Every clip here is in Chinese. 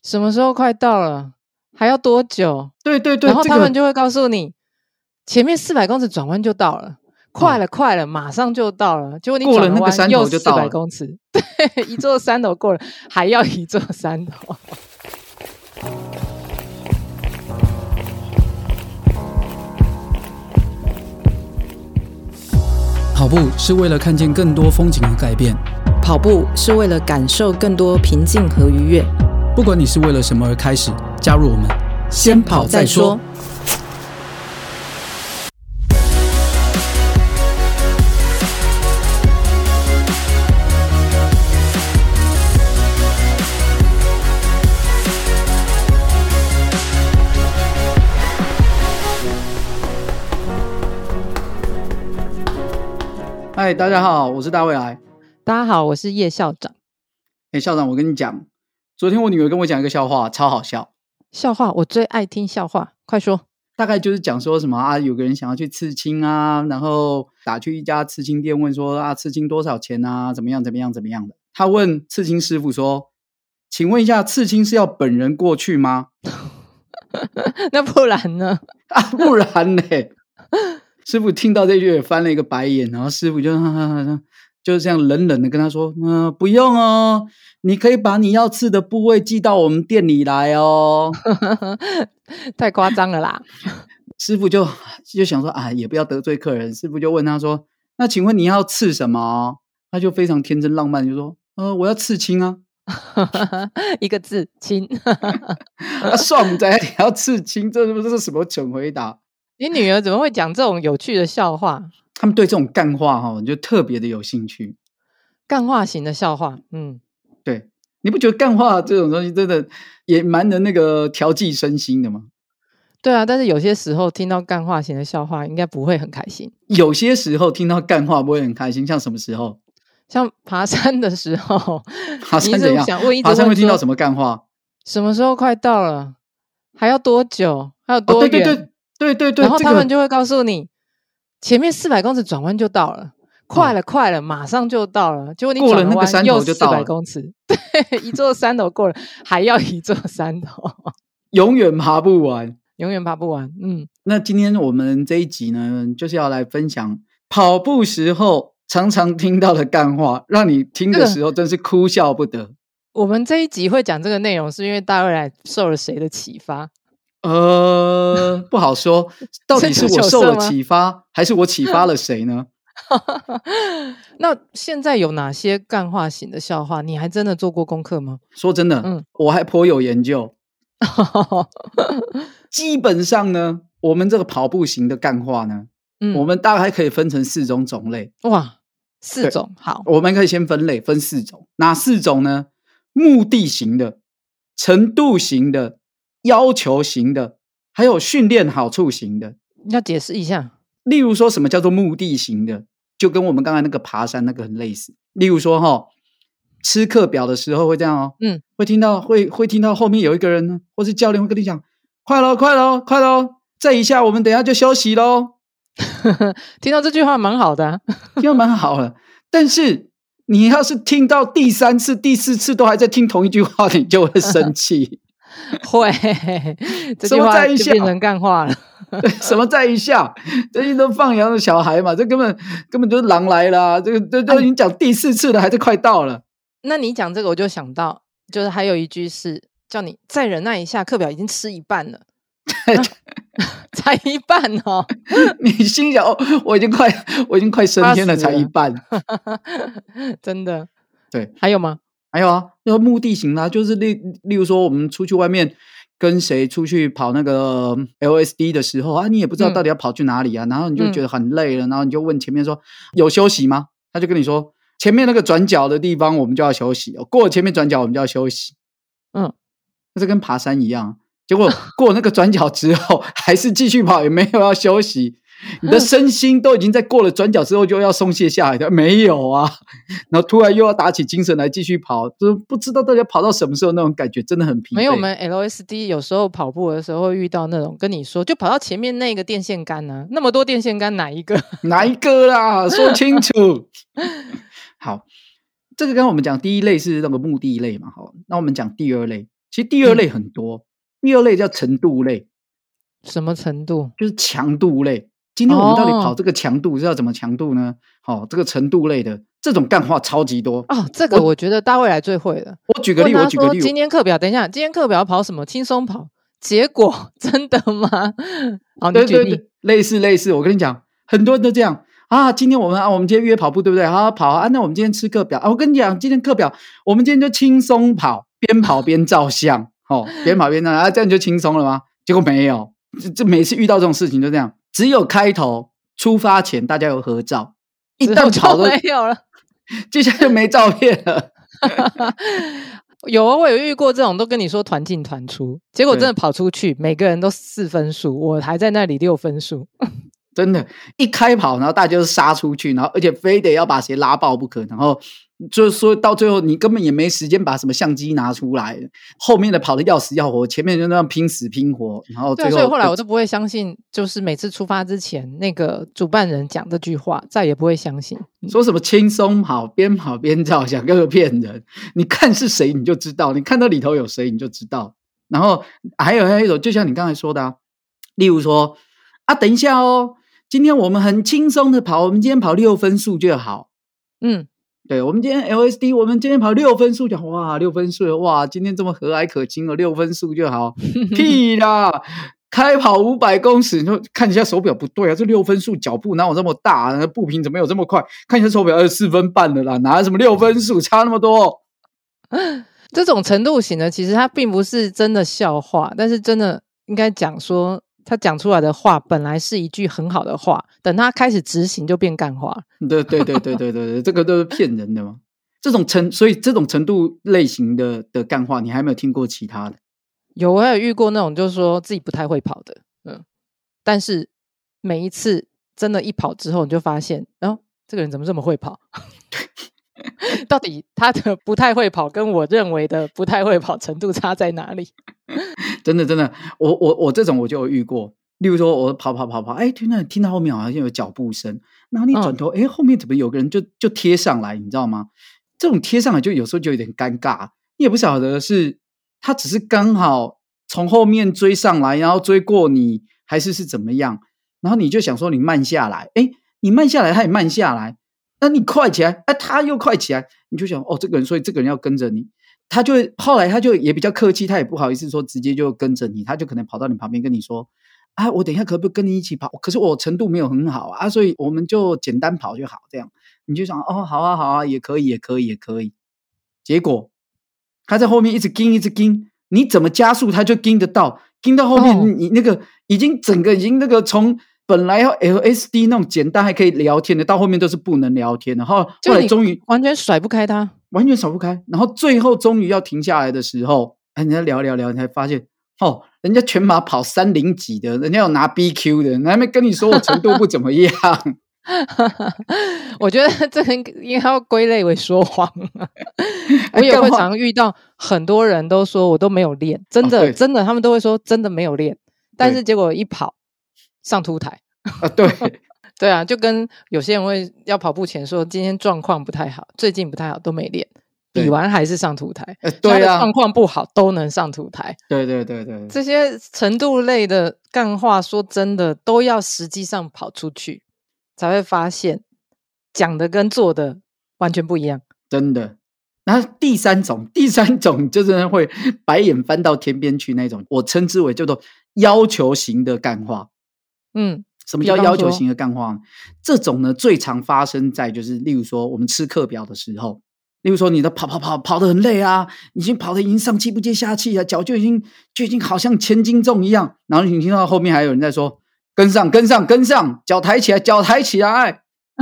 什么时候快到了？还要多久？ 对对对， 然后他们就会告诉你，前面400公尺转弯就到了，快了快了，马上就到了。结果你过了那个山头就到了 400公尺，对，一座山头过了，还要一座山头。 跑步是为了看见更多风景和改变， 跑步是为了感受更多平静和愉悦。 不管你是为了什么而开始，加入我们， 先跑再说。 嗨，大家好，我是大未来。 大家好，我是叶校长。 校长，我跟你讲，昨天我女儿跟我讲一个笑话，超好笑。 笑话，我最爱听笑话，快说。 大概就是讲说什么啊，有个人想要去刺青啊，然后打去一家刺青店问说啊，刺青多少钱啊，怎么样的。他问刺青师傅说，请问一下，刺青是要本人过去吗？ 那不然呢？ 啊，不然呢？师傅听到这句也翻了一个白眼，然后师傅就这样冷冷的跟他说，不用哦，你可以把你要刺的部位寄到我们店里来哦。 太夸张了啦。 师傅就想说啊，也不要得罪客人。师傅就问他说，那请问你要刺什么？他就非常天真浪漫就说，我要刺青啊。 一个字，青。 算不在你要刺青，这是什么蠢回答？ 你女儿怎么会讲这种有趣的笑话？ 他们对这种干话就特别的有兴趣。 干话型的笑话， 对，你不觉得干话这种东西真的也蛮能那个调剂身心的吗？ 对啊，但是有些时候听到干话型的笑话应该不会很开心。 有些时候听到干话不会很开心，像什么时候？ 像爬山的时候。 爬山怎样？爬山会听到什么干话？ 什么时候快到了？还要多久？还有多远？ 对， 然后他们就会告诉你，前面400公尺转弯就到了，快了快了，马上就到了。结果你过了那个山头就到了， 又400公尺，对，一座山头过了，还要一座山头， 永远爬不完， 永远爬不完。 那今天我们这一集呢，就是要来分享跑步时候常常听到的干话，让你听的时候真是哭笑不得。 我们这一集会讲这个内容，是因为大未来受了谁的启发？ 不好说，到底是我受了启发，还是我启发了谁呢？ 那现在有哪些干话型的笑话？你还真的做过功课吗？ 说真的，我还颇有研究。基本上呢，我们这个跑步型的干话呢，我们大概可以分成4种种类。 哇，4种，好， 我们可以先分类，分4种。哪4种呢？目的型的、程度型的、要求型的，还有训练好处型的。 要解释一下。 例如说什么叫做目的型的，就跟我们刚才那个爬山那个很类似。例如说吃课表的时候会这样会听到后面有一个人呢，或是教练会跟你讲，快咯，再一下我们等一下就休息咯。 听到这句话蛮好的啊。 听到蛮好的，但是你要是听到第3次第4次都还在听同一句话，你就会生气。 会，这句话就变成干话了。 对，什么再一下，这些都放羊的小孩嘛，这根本就是狼来了，这都已经讲第4次了，还是快到了。 那你讲这个我就想到，就是还有一句是叫你再忍耐一下，课表已经吃一半了。才一半哦。 你心想我已经快升天了，才一半。 真的。 对， 还有吗？ 还有啊，要目的型啦，就是例如说我们出去外面跟谁出去跑那个 LSD 的时候啊，你也不知道到底要跑去哪里啊，然后你就觉得很累了，然后你就问前面说有休息吗？他就跟你说前面那个转角的地方我们就要休息，过了前面转角我们就要休息。那这跟爬山一样，结果过那个转角之后还是继续跑，也没有要休息。你的身心都已经在过了转角之后就要松懈下来的，没有啊，然后突然又要打起精神来继续跑，就是不知道大家跑到什么时候，那种感觉真的很疲惫。 没有，我们 LSD 有时候跑步的时候会遇到那种跟你说就跑到前面那个电线杆啊，那么多电线杆哪一个啦，说清楚。好，这个刚刚我们讲第一类是那个目的类嘛，好，那我们讲第2类。其其实第二类很多，第二类叫程度类。 什么程度？ 就是强度类。今天我们到底跑这个强度是要怎么强度呢？这个程度类的这种干话超级多这个我觉得大未来最会了。 我举个例， 今天课表，等一下，今天课表跑什么？轻松跑。结果真的吗？好，你举例。 对，类似。我跟你讲，很多人都这样啊。今天我们今天约跑步，对不对？好跑啊。那我们今天吃课表啊。我跟你讲，今天课表我们今天就轻松跑，边跑边照相，边跑边照相，这样就轻松了吗？结果没有。这每次遇到这种事情就这样，只有开头出发前大家有合照，一旦跑的没有了， 接下来就没照片了。 有啊，我有遇过这种，都跟你说团进团出，结果真的跑出去，每个人都4分数，我还在那里6分数。 真的，一开跑，然后大家就杀出去，然后而且非得要把谁拉爆不可，然后就是说到最后，你根本也没时间把什么相机拿出来，后面的跑得要死要活，前面就那样拼死拼活，然后最后对，所以后来我都不会相信，就是每次出发之前那个主办人讲这句话，再也不会相信。 说什么轻松跑边照相，根本骗人。你看是谁你就知道，你看到里头有谁你就知道。然后还有一种，就像你刚才说的例如说等一下今天我们很轻松的跑，我们今天跑6分数就好。对，我们今天 LSD 我们今天跑6分数就好。哇，6分数，哇，今天这么和蔼可亲6分数就好。屁啦，开跑500公尺，你就看一下手表，不对啊，这6分数脚步哪有这么大啊？步频怎么有这么快？看一下手表，4分半了啦，哪有什么6分数差那么多？ 这种程度型的，其实它并不是真的笑话，但是真的应该讲说，他讲出来的话本来是一句很好的话，等他开始执行就变干话。 对，这个都是骗人的嘛。所以这种程度类型的干话，你还没有听过其他的？ 有，我有遇过那种就是说自己不太会跑的，但是每一次真的一跑之后，你就发现，这个人怎么这么会跑？到底他的不太会跑跟我认为的不太会跑程度差在哪里？ 真的，我这种我就有遇过。例如说我跑，听到后面好像有脚步声，然后你转头，后面怎么有个人就贴上来，你知道吗？这种贴上来就有时候就有点尴尬，你也不晓得是他只是刚好从后面追上来，然后追过你，还是怎么样？然后你就想说你慢下来，你慢下来，他也慢下来，那你快起来，他又快起来，你就想这个人，所以这个人要跟着你。后来他就也比较客气，他也不好意思说直接就跟着你，他就可能跑到你旁边跟你说我等一下可不可以跟你一起跑？可是我程度没有很好所以我们就简单跑就好，这样你就想好啊，也可以。结果他在后面一直跟，你怎么加速他就跟得到，跟到后面你那个已经整个已经那个从本来要 LSD 那种简单还可以聊天的，到后面都是不能聊天的。后来终于完全甩不开他， 完全甩不开。然后最后终于要停下来的时候，人家聊，你才发现人家全马跑300几的，人家有拿 BQ 的，还没跟你说我程度不怎么样。 我觉得这应该要归类为说谎。我也会常遇到很多人都说我都没有练，真的，他们都会说真的没有练，但是结果一跑上凸台。 对对啊，就跟有些人会要跑步前说今天状况不太好，最近不太好，都没练，比完还是上凸台。 对啊， 状况不好都能上凸台。 对， 这些程度类的干话，说真的都要实际上跑出去才会发现讲的跟做的完全不一样，真的。 然后第三种就真的会白眼翻到天边去那种，我称之为叫做要求型的干话。什么叫要求型的干话呢？这种呢最常发生在就是例如说我们吃课表的时候，例如说你的跑得很累已经跑得已经上气不接下气脚就已经好像1000斤重一样，然后你听到后面还有人在说跟上，脚抬起来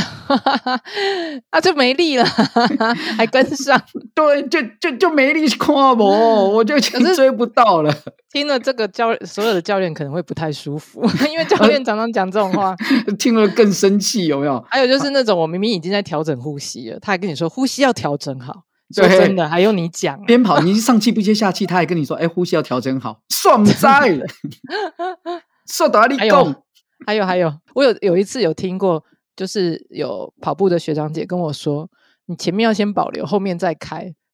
就没力了还跟上。 对，就没力看我就追不到了。 听了这个所有的教练可能会不太舒服，因为教练常常讲这种话听了更生气，有没有？ 还有就是那种我明明已经在调整呼吸了，他还跟你说呼吸要调整好，说真的还用你讲边跑你上气不接下气，他还跟你说呼吸要调整好，算不在了说到你讲。 还有我有一次有听过，就是有跑步的学长姐跟我说，你前面要先保留，后面再开。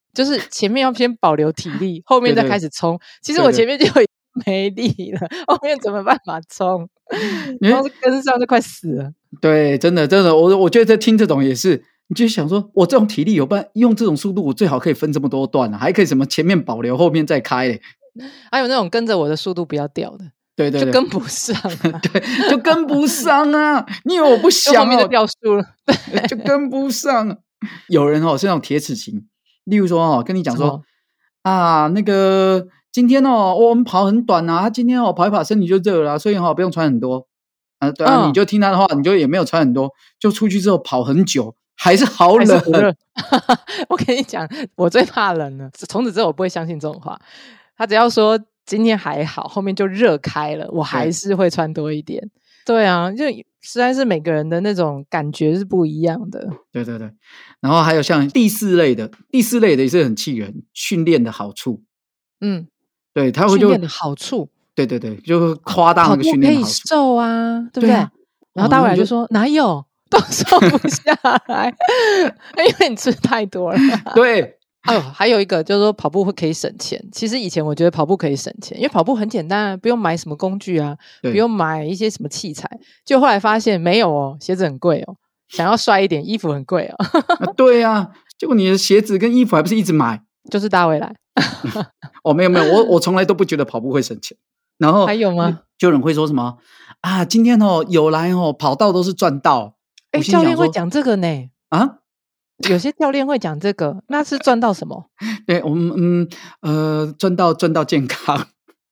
就是前面要先保留体力，后面再开始冲。其实我前面就已经没力了，后面怎么办法冲？然后跟上就快死了。 对，真的，我觉得听这种也是，你就想说，我这种体力有办用这种速度，我最好可以分这么多段还可以什么前面保留，后面再开嘞。 还有那种跟着我的速度不要掉的。 对， 就跟不上对，就跟不上啊！你以为我不想后面就掉速了， 对，就跟不上。有人是那种铁齿型，例如说跟你讲说啊，那个今天我们跑很短啊，他今天跑一跑身体就热了，所以不用穿很多对啊，你就听他的话，你就也没有穿很多，就出去之后跑很久，还是好冷。 我跟你讲，我最怕冷了，从此之后我不会相信这种话。他只要说今天还好，后面就热开了，我还是会穿多一点。对啊，就实在是每个人的那种感觉是不一样的。对， 然后还有像第四类的也是很气人，训练的好处。对，他会就训练的好处。 对，就夸大那个训练的好处。 可以瘦啊，对不对？然后大伟就说哪有，都瘦不下来，因为你吃太多了。 对。 还有一个就是说跑步可以省钱。其实以前我觉得跑步可以省钱，因为跑步很简单，不用买什么工具啊，不用买一些什么器材。就后来发现没有鞋子很贵想要帅一点，衣服很贵对啊，结果你的鞋子跟衣服还不是一直买， 就是大卫来。 没有，我从来都不觉得跑步会省钱。然后还有吗？ 就有人会说什么啊，今天有来跑道都是赚到。 教练会讲这个呢啊。 有些教练会讲这个，那是赚到什么？ 对，我们赚到健康，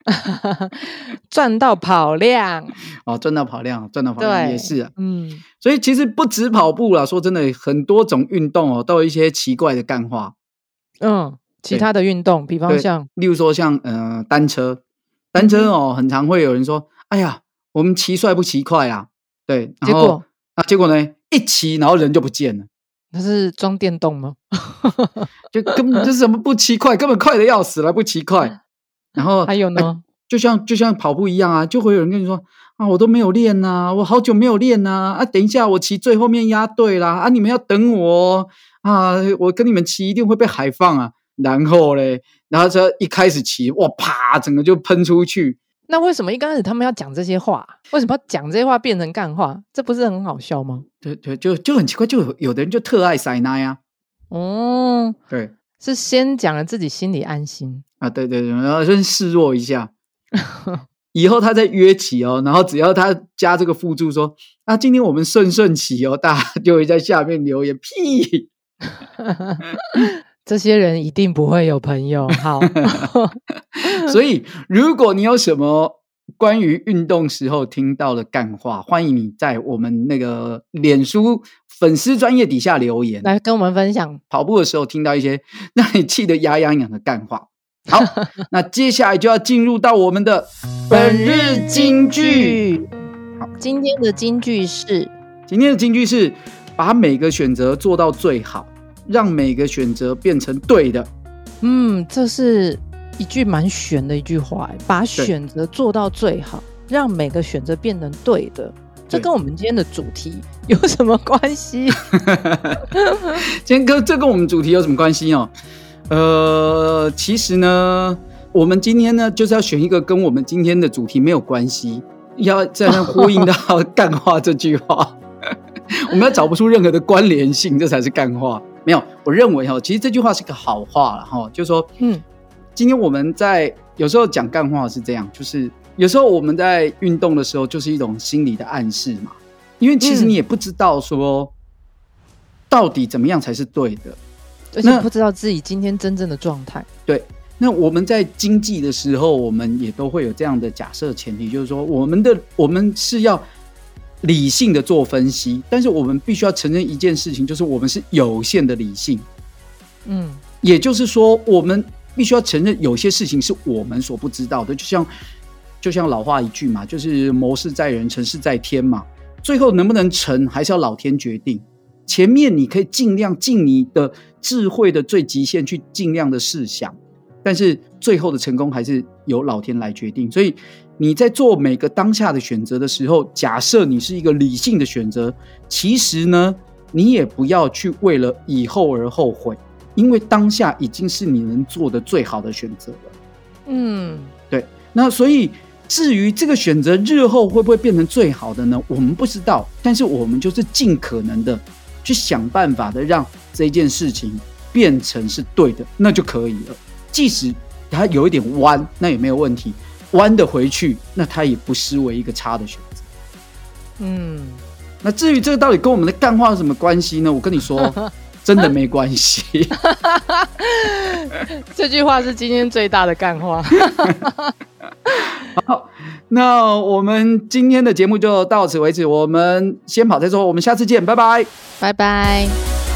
赚到跑量赚到跑量也是啊。所以其实不止跑步啦，说真的，很多种运动都有一些奇怪的干话。 其他的运动，比方像， 例如说像单车很常会有人说，哎呀，我们骑帅不骑快啊？对，结果呢，一骑然后人就不见了。 那是装电动吗？ 就根本就是什么不骑快，根本快的要死了，不骑快。然后还有呢， 就像跑步一样啊，就会有人跟你说啊，我都没有练啊，我好久没有练啊，等一下我骑最后面压队啦，你们要等我啊，我跟你们骑一定会被海放啊。然后这一开始骑，哇啪，整个就喷出去。 那为什么一刚开始他们要讲这些话？为什么要讲这些话变成干话？这不是很好笑吗？ 对，就很奇怪，就有的人就特爱塞奶啊。对， 是先讲了自己心里安心啊。对，然后先示弱一下，以后他再约骑然后只要他加这个附注说啊，今天我们顺骑大家就会在下面留言屁。 这些人一定不会有朋友。好。 所以如果你有什么关于运动时候听到的干话，欢迎你在我们那个脸书粉丝专页底下留言， 来跟我们分享跑步的时候听到一些让你气得牙痒痒的干话。好，那接下来就要进入到我们的本日金句。 好，今天的金句是把每个选择做到最好，让每个选择变成对的。 这是一句蛮玄的一句话，把选择做到最好，让每个选择变成对的。这跟我们今天的主题有什么关系？ 这跟我们主题有什么关系其实呢，我们今天呢就是要选一个跟我们今天的主题没有关系，要再呼应到干话这句话。我们要找不出任何的关联性，这才是干话。没有，我认为其实这句话是个好话啦，就是说今天我们在有时候讲干话是这样，就是有时候我们在运动的时候就是一种心理的暗示嘛，因为其实你也不知道说到底怎么样才是对的， 而且不知道自己今天真正的状态。 对，那我们在经济的时候我们也都会有这样的假设前提，就是说我们是要理性的做分析，但是我们必须要承认一件事情，就是我们是有限的理性。也就是说我们必须要承认有些事情是我们所不知道的，就像老话一句嘛，就是谋事在人，成事在天嘛。最后能不能成，还是要老天决定。前面你可以尽量尽你的智慧的最极限去尽量的试想，但是最后的成功还是由老天来决定。所以你在做每个当下的选择的时候，假设你是一个理性的选择，其实呢，你也不要去为了以后而后悔。 因为当下已经是你能做的最好的选择了。对。那所以至于这个选择日后会不会变成最好的呢？我们不知道，但是我们就是尽可能的去想办法的让这件事情变成是对的，那就可以了。即使它有一点弯，那也没有问题，弯的回去，那它也不失为一个差的选择。那至于这个到底跟我们的干话有什么关系呢？我跟你说，真的没关系。 这句话是今天最大的干话。 好，那我们今天的节目就到此为止。我们先跑再说，我们下次见，拜拜， 拜拜。